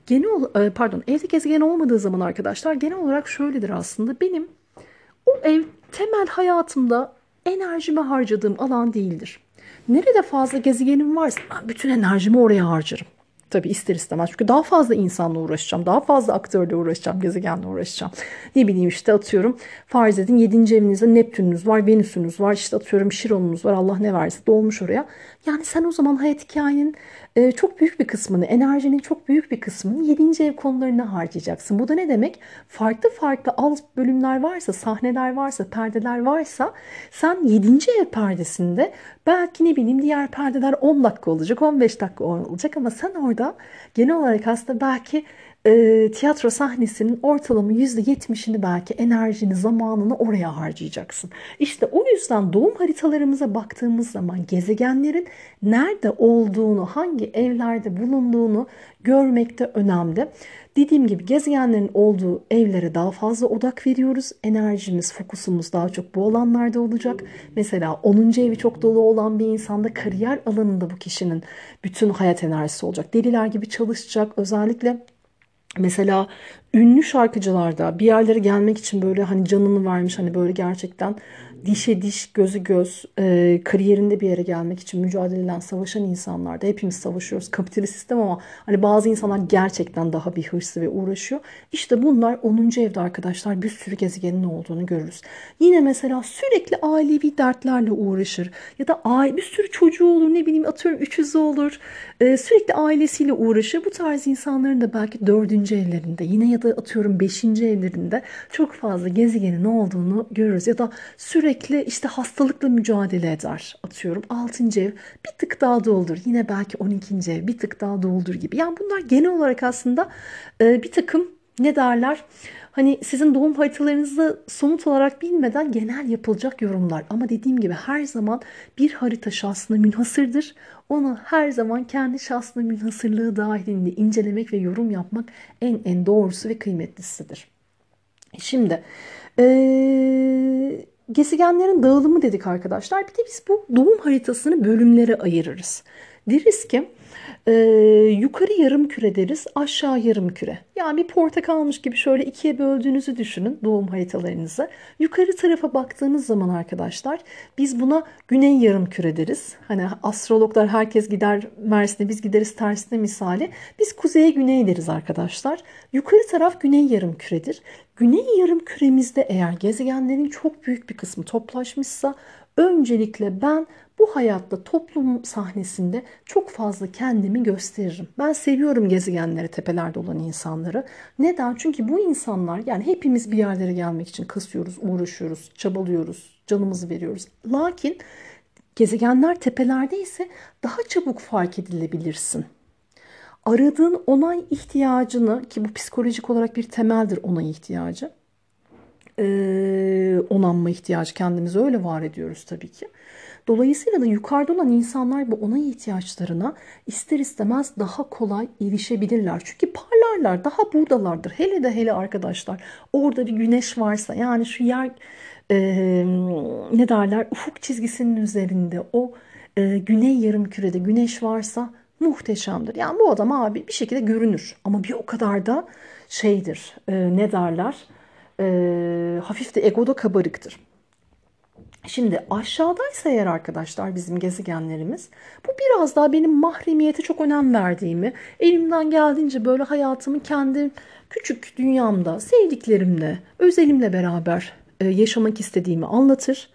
pardon, evde gezegen olmadığı zaman arkadaşlar genel olarak şöyledir aslında. Benim o ev temel hayatımda enerjimi harcadığım alan değildir. Nerede fazla gezegenim varsa ben bütün enerjimi oraya harcarım. Tabii ister istemez. Çünkü daha fazla insanla uğraşacağım. Daha fazla aktörle uğraşacağım. Gezegenle uğraşacağım. Ne bileyim işte, atıyorum. Farz edin 7. evinizde Neptününüz var. Venüsünüz var. İşte atıyorum Şiron'unuz var. Allah ne verse dolmuş oraya. Yani sen o zaman hayat hikayenin çok büyük bir kısmını, enerjinin çok büyük bir kısmını 7. ev konularına harcayacaksın. Bu da ne demek? Farklı farklı alt bölümler varsa, sahneler varsa, perdeler varsa, sen 7. ev perdesinde belki ne bileyim diğer perdeler 10 dakika olacak, 15 dakika olacak, ama sen orada genel olarak aslında belki tiyatro sahnesinin ortalama %70'ini, belki enerjini, zamanını oraya harcayacaksın. İşte o yüzden doğum haritalarımıza baktığımız zaman gezegenlerin nerede olduğunu, hangi evlerde bulunduğunu görmek de önemli. Dediğim gibi gezegenlerin olduğu evlere daha fazla odak veriyoruz. Enerjimiz, fokusumuz daha çok bu alanlarda olacak. Mesela 10. evi çok dolu olan bir insanda kariyer alanında bu kişinin bütün hayat enerjisi olacak. Deliler gibi çalışacak. Özellikle mesela ünlü şarkıcılarda bir yerlere gelmek için böyle hani canını vermiş, hani böyle gerçekten dişe diş, gözü göz, kariyerinde bir yere gelmek için mücadele eden, savaşan insanlarda, hepimiz savaşıyoruz kapitalist sistem, ama hani bazı insanlar gerçekten daha bir hırslı ve uğraşıyor. İşte bunlar 10. evde arkadaşlar bir sürü gezegenin olduğunu görürüz. Yine mesela sürekli ailevi dertlerle uğraşır ya da bir sürü çocuğu olur, ne bileyim atıyorum 300'ü olur, sürekli ailesiyle uğraşır. Bu tarz insanların da belki 4. evlerinde, yine ya da atıyorum 5. evlerinde çok fazla gezegenin olduğunu görürüz. Ya da sürekli işte hastalıkla mücadele eder. Atıyorum 6. ev bir tık daha doldur. Yine belki 12. ev bir tık daha doldur gibi. Yani bunlar genel olarak aslında bir takım, ne derler, hani sizin doğum haritalarınızı somut olarak bilmeden genel yapılacak yorumlar. Ama dediğim gibi her zaman bir harita şahsına münhasırdır. Onu her zaman kendi şahsına münhasırlığı dahilinde incelemek ve yorum yapmak en doğrusu ve kıymetlisidir. Şimdi gezegenlerin dağılımı dedik arkadaşlar. Bir de biz bu doğum haritasını bölümlere ayırırız. Deriz ki yukarı yarım küre deriz, aşağı yarım küre. Yani bir portakalmış gibi şöyle ikiye böldüğünüzü düşünün doğum haritalarınızı. Yukarı tarafa baktığınız zaman arkadaşlar biz buna güney yarım küre deriz. Hani astrologlar herkes gider Mersin'e, biz gideriz tersine misali. Biz kuzeye güney deriz arkadaşlar. Yukarı taraf güney yarım küredir. Güney yarım küremizde eğer gezegenlerin çok büyük bir kısmı toplaşmışsa, öncelikle ben bu hayatta toplum sahnesinde çok fazla kendimi gösteririm. Ben seviyorum gezegenleri, tepelerde olan insanları. Neden? Çünkü bu insanlar, yani hepimiz bir yerlere gelmek için kasıyoruz, uğraşıyoruz, çabalıyoruz, canımızı veriyoruz. Lakin gezegenler tepelerde ise daha çabuk fark edilebilirsin. Aradığın onay ihtiyacını, ki bu psikolojik olarak bir temeldir onay ihtiyacı, onanma ihtiyacı, kendimizi öyle var ediyoruz tabii ki. Dolayısıyla da yukarıda olan insanlar bu onay ihtiyaçlarına ister istemez daha kolay erişebilirler. Çünkü parlarlar, daha buradalardır. Hele de hele arkadaşlar orada bir güneş varsa, yani şu yer e, ne derler, ufuk çizgisinin üzerinde o güney yarımkürede güneş varsa muhteşemdir. Yani bu adam abi bir şekilde görünür ama bir o kadar da şeydir, ne derler, hafif de egoda kabarıktır. Şimdi aşağıdaysa eğer arkadaşlar bizim gezegenlerimiz, bu biraz daha benim mahremiyete çok önem verdiğimi, elimden geldiğince böyle hayatımı kendi küçük dünyamda, sevdiklerimle, özelimle beraber yaşamak istediğimi anlatır.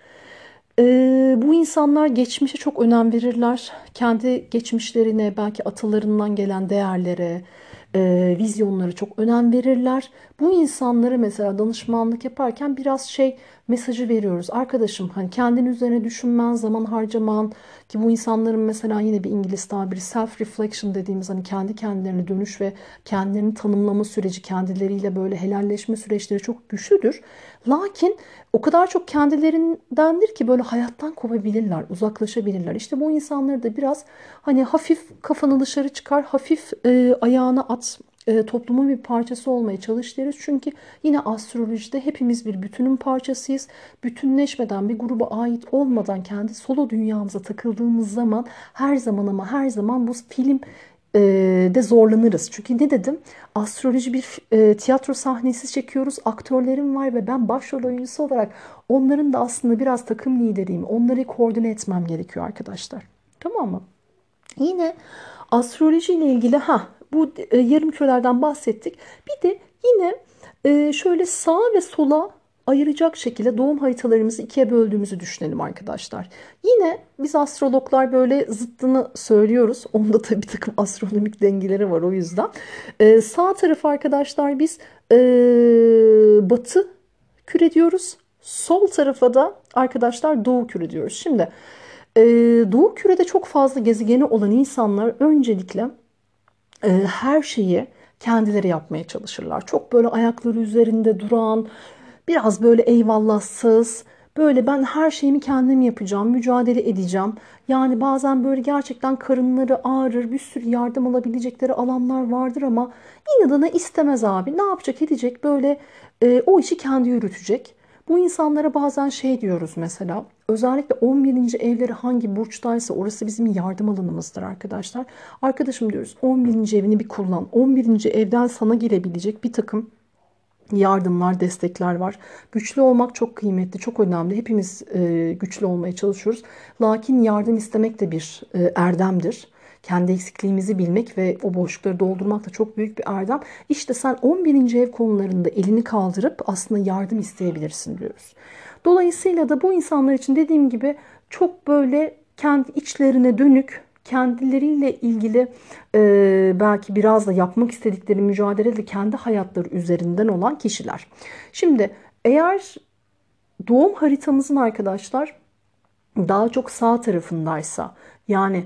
Bu insanlar geçmişe çok önem verirler. Kendi geçmişlerine, belki atalarından gelen değerlere, vizyonlara çok önem verirler. Bu insanlara mesela danışmanlık yaparken biraz şey mesajı veriyoruz. Arkadaşım, hani kendin üzerine düşünmen, zaman harcaman, ki bu insanların mesela yine bir İngiliz tabiri self reflection dediğimiz, hani kendi kendilerine dönüş ve kendilerini tanımlama süreci, kendileriyle böyle helalleşme süreçleri çok güçlüdür. Lakin o kadar çok kendilerindendir ki böyle hayattan kopabilirler, uzaklaşabilirler. İşte bu insanları da biraz hani hafif kafanı dışarı çıkar, hafif ayağını at, toplumun bir parçası olmaya çalış deriz. Çünkü yine astrolojide hepimiz bir bütünün parçasıyız. Bütünleşmeden, bir gruba ait olmadan kendi solo dünyamıza takıldığımız zaman her zaman ama her zaman bu film de zorlanırız. Çünkü ne dedim? Astroloji bir tiyatro sahnesi çekiyoruz. Aktörlerim var ve ben başrol oyuncusu olarak onların da aslında biraz takım lideriyim. Onları koordine etmem gerekiyor arkadaşlar. Tamam mı? Yine astroloji ile ilgili bu yarım kürelerden bahsettik. Bir de yine şöyle sağa ve sola ayıracak şekilde doğum haritalarımızı ikiye böldüğümüzü düşünelim arkadaşlar. Yine biz astrologlar böyle zıttını söylüyoruz. Onda tabii bir takım astronomik dengeleri var o yüzden. Sağ tarafı arkadaşlar biz batı küre diyoruz. Sol tarafa da arkadaşlar doğu küre diyoruz. Şimdi doğu kürede çok fazla gezegeni olan insanlar öncelikle her şeyi kendileri yapmaya çalışırlar. Çok böyle ayakları üzerinde duran, biraz böyle eyvallahsız, böyle ben her şeyimi kendim yapacağım, mücadele edeceğim. Yani bazen böyle gerçekten karınları ağrır, bir sürü yardım alabilecekleri alanlar vardır ama inadına istemez abi. Ne yapacak, edecek, böyle o işi kendi yürütecek. Bu insanlara bazen şey diyoruz mesela, özellikle 11. evleri hangi burçtaysa orası bizim yardım alanımızdır arkadaşlar. Arkadaşım diyoruz, 11. evini bir kullan. 11. evden sana gelebilecek bir takım yardımlar, destekler var. Güçlü olmak çok kıymetli, çok önemli. Hepimiz güçlü olmaya çalışıyoruz. Lakin yardım istemek de bir erdemdir. Kendi eksikliğimizi bilmek ve o boşlukları doldurmak da çok büyük bir erdem. İşte sen 11. ev konularında elini kaldırıp aslında yardım isteyebilirsin diyoruz. Dolayısıyla da bu insanlar için dediğim gibi çok böyle kendi içlerine dönük, kendileriyle ilgili belki biraz da yapmak istedikleri mücadele de kendi hayatları üzerinden olan kişiler. Şimdi eğer doğum haritamızın arkadaşlar daha çok sağ tarafındaysa, yani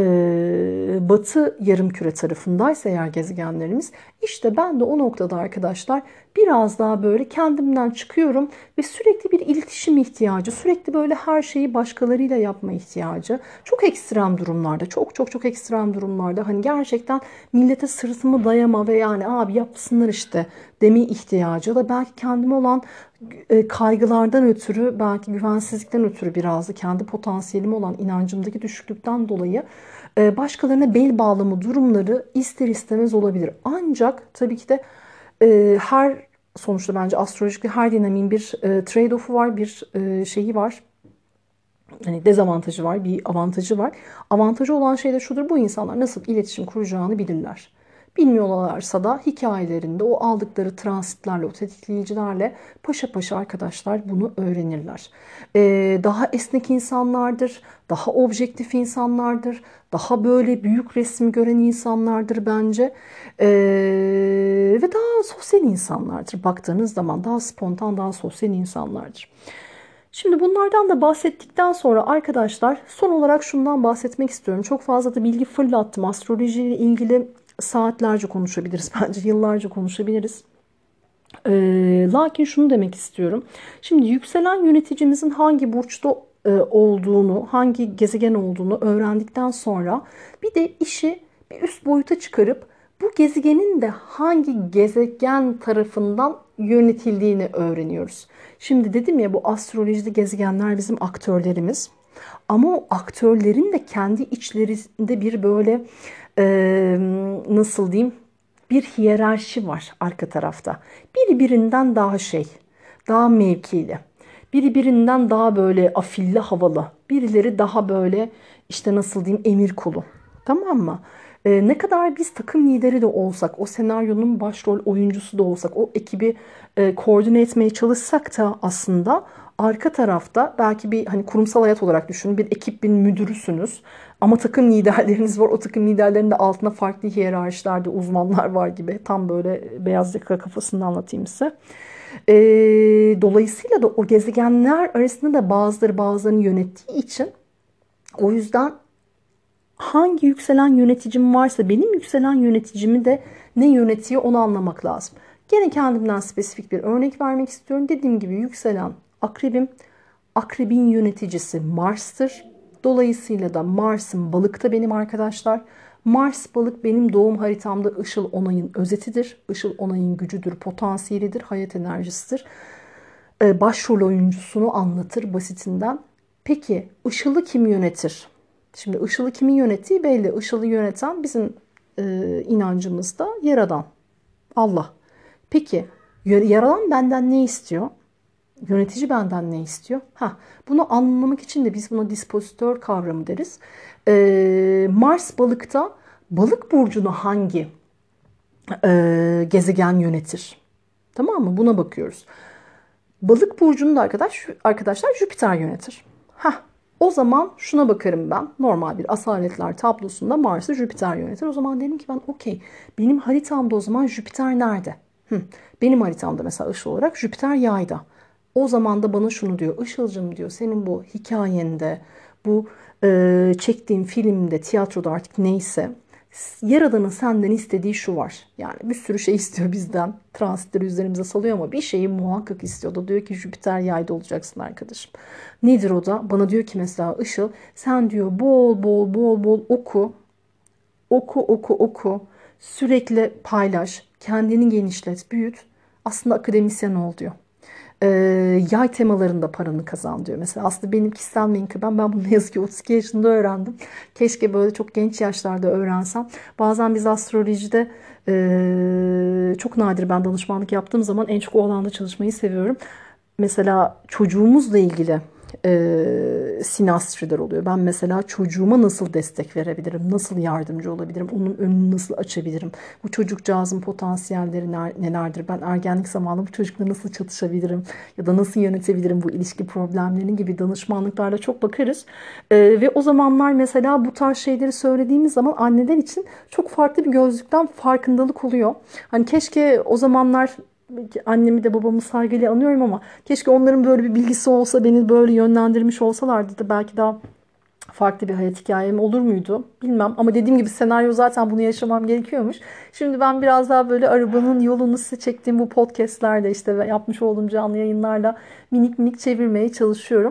batı yarımküre tarafındaysa eğer gezegenlerimiz, işte ben de o noktada arkadaşlar biraz daha böyle kendimden çıkıyorum ve sürekli bir iletişim ihtiyacı, sürekli böyle her şeyi başkalarıyla yapma ihtiyacı, çok ekstrem durumlarda, çok çok çok ekstrem durumlarda hani gerçekten millete sırtımı dayama ve yani abi yapsınlar işte deme ihtiyacı da belki kendime olan kaygılardan ötürü, belki güvensizlikten ötürü, biraz da kendi potansiyelime olan inancımdaki düşüklükten dolayı başkalarına bel bağlama durumları ister istemez olabilir. Ancak tabii ki de her sonuçta bence astrolojikte her dinamiğin bir trade-off'u var, bir şeyi var. Hani dezavantajı var, bir avantajı var. Avantajı olan şey de şudur: bu insanlar nasıl iletişim kuracağını bilirler. Bilmiyorlarsa da hikayelerinde o aldıkları transitlerle, o tetikleyicilerle paşa paşa arkadaşlar bunu öğrenirler. Daha esnek insanlardır, daha objektif insanlardır, daha böyle büyük resmi gören insanlardır bence. Ve daha sosyal insanlardır. Baktığınız zaman daha spontan, daha sosyal insanlardır. Şimdi bunlardan da bahsettikten sonra arkadaşlar son olarak şundan bahsetmek istiyorum. Çok fazla da bilgi fırlattım. Astroloji ile ilgili saatlerce konuşabiliriz. Bence yıllarca konuşabiliriz. Lakin şunu demek istiyorum. Şimdi yükselen yöneticimizin hangi burçta olduğunu, hangi gezegen olduğunu öğrendikten sonra bir de işi bir üst boyuta çıkarıp bu gezegenin de hangi gezegen tarafından yönetildiğini öğreniyoruz. Şimdi dedim ya, bu astrolojide gezegenler bizim aktörlerimiz. Ama o aktörlerin de kendi içlerinde bir böyle nasıl diyeyim, bir hiyerarşi var arka tarafta. Biri birinden daha mevkili. Biri birinden daha böyle afilli, havalı. Birileri daha böyle işte nasıl diyeyim, emir kulu. Tamam mı? Ne kadar biz takım lideri de olsak, o senaryonun başrol oyuncusu da olsak, o ekibi koordine etmeye çalışsak da aslında arka tarafta belki bir, hani kurumsal hayat olarak düşünün, bir ekibin müdürüsünüz. Ama takım liderleriniz var. O takım liderlerinin de altında farklı hiyerarşilerde uzmanlar var gibi. Tam böyle beyaz yaka kafasında anlatayım size. Dolayısıyla da o gezegenler arasında da bazıları bazılarını yönettiği için, o yüzden hangi yükselen yöneticim varsa benim yükselen yöneticimi de ne yönetiyor onu anlamak lazım. Gene kendimden spesifik bir örnek vermek istiyorum. Dediğim gibi yükselen akrebim. Akrebin yöneticisi Mars'tır. Dolayısıyla da Mars'ın balıkta benim arkadaşlar. Mars balık benim doğum haritamda Işıl Onay'ın özetidir. Işıl Onay'ın gücüdür, potansiyelidir, hayat enerjisidir. Başrol oyuncusunu anlatır basitinden. Peki Işıl'ı kim yönetir? Şimdi Işıl'ı kimin yönettiği belli. Işıl'ı yöneten bizim inancımızda Yaradan, Allah. Peki Yaradan benden ne istiyor? Yönetici benden ne istiyor? Bunu anlamak için de biz buna dispozitör kavramı deriz. Mars balıkta, balık burcunu hangi gezegen yönetir? Tamam mı? Buna bakıyoruz. Balık burcunu da arkadaşlar Jüpiter yönetir. O zaman şuna bakarım ben. Normal bir asaletler tablosunda Mars'ı Jüpiter yönetir. O zaman dedim ki ben okey. Benim haritamda o zaman Jüpiter nerede? Benim haritamda mesela Işıl olarak Jüpiter Yay'da. O zaman da bana şunu diyor. Işılcım diyor, senin bu hikayende, bu çektiğin filmde, tiyatroda artık neyse, Yaradan'ın senden istediği şu var. Yani bir sürü şey istiyor bizden. Transitleri üzerimize salıyor ama bir şeyi muhakkak istiyor. Da diyor ki Jüpiter Yay'da olacaksın arkadaşım. Nedir o da? Bana diyor ki mesela Işıl, sen diyor bol bol bol bol oku. Oku. Sürekli paylaş. Kendini genişlet, büyüt. Aslında akademisyen ol diyor. Yay temalarında paranı kazan diyor. Mesela aslında benim kişisel menkıbem, ben bunu ne yazık ki 32 yaşında öğrendim. Keşke böyle çok genç yaşlarda öğrensem. Bazen biz astrolojide çok nadir, ben danışmanlık yaptığım zaman en çok o alanda çalışmayı seviyorum. Mesela çocuğumuzla ilgili sinastriler oluyor. Ben mesela çocuğuma nasıl destek verebilirim? Nasıl yardımcı olabilirim? Onun önünü nasıl açabilirim? Bu çocukcağızın potansiyelleri nelerdir? Ben ergenlik zamanında bu çocukla nasıl çatışabilirim? Ya da nasıl yönetebilirim bu ilişki problemlerini gibi danışmanlıklarla çok bakarız. Ve o zamanlar mesela bu tarz şeyleri söylediğimiz zaman anneler için çok farklı bir gözlükten farkındalık oluyor. Hani keşke o zamanlar, annemi de babamı saygıyla anıyorum ama keşke onların böyle bir bilgisi olsa, beni böyle yönlendirmiş olsalardı da belki daha farklı bir hayat hikayem olur muydu bilmem. Ama dediğim gibi senaryo zaten bunu yaşamam gerekiyormuş. Şimdi ben biraz daha böyle arabanın yolunu size çektiğim bu podcastlerde, işte yapmış olduğum canlı yayınlarla minik minik çevirmeye çalışıyorum.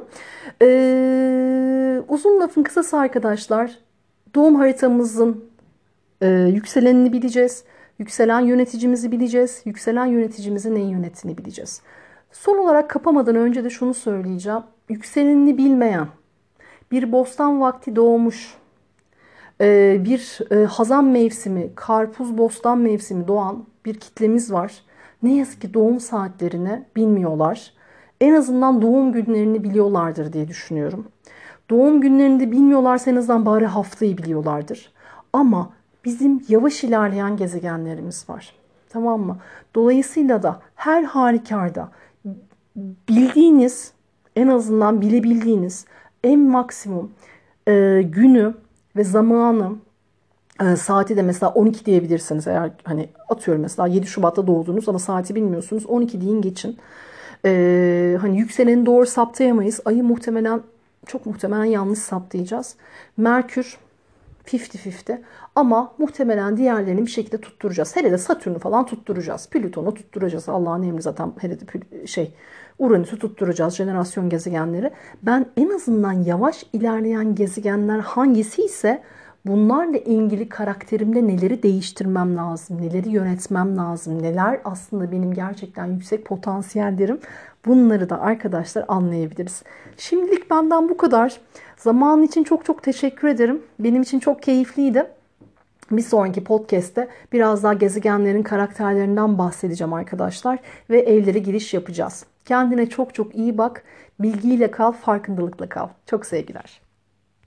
Uzun lafın kısası arkadaşlar, doğum haritamızın yükselenini bileceğiz. Yükselen yöneticimizi bileceğiz. Yükselen yöneticimizin neyi yönettiğini bileceğiz. Son olarak kapamadan önce de şunu söyleyeceğim. Yükselenini bilmeyen, bir bostan vakti doğmuş, bir hazan mevsimi, karpuz bostan mevsimi doğan bir kitlemiz var. Ne yazık ki doğum saatlerini bilmiyorlar. En azından doğum günlerini biliyorlardır diye düşünüyorum. Doğum günlerini de bilmiyorlarsa en azından bari haftayı biliyorlardır. Ama bizim yavaş ilerleyen gezegenlerimiz var. Tamam mı? Dolayısıyla da her halükarda bildiğiniz, en azından bilebildiğiniz en maksimum günü ve zamanı, saati de mesela 12 diyebilirsiniz. Eğer hani atıyorum mesela 7 Şubat'ta doğdunuz ama saati bilmiyorsunuz, 12 deyin geçin. Hani yükseleni doğru saptayamayız. Ayı çok muhtemelen yanlış saptayacağız. Merkür 50-50 ama muhtemelen diğerlerini bir şekilde tutturacağız. Hele de Satürn'ü falan tutturacağız. Plüton'u tutturacağız. Allah'ın emri zaten hele de Uranüs'ü tutturacağız, jenerasyon gezegenleri. Ben en azından yavaş ilerleyen gezegenler hangisi ise bunlarla ilgili karakterimde neleri değiştirmem lazım, neleri yönetmem lazım, neler aslında benim gerçekten yüksek potansiyellerim, bunları da arkadaşlar anlayabiliriz. Şimdilik benden bu kadar. Zamanın için çok çok teşekkür ederim. Benim için çok keyifliydi. Bir sonraki podcast'te biraz daha gezegenlerin karakterlerinden bahsedeceğim arkadaşlar ve evlere giriş yapacağız. Kendine çok çok iyi bak, bilgiyle kal, farkındalıkla kal. Çok sevgiler.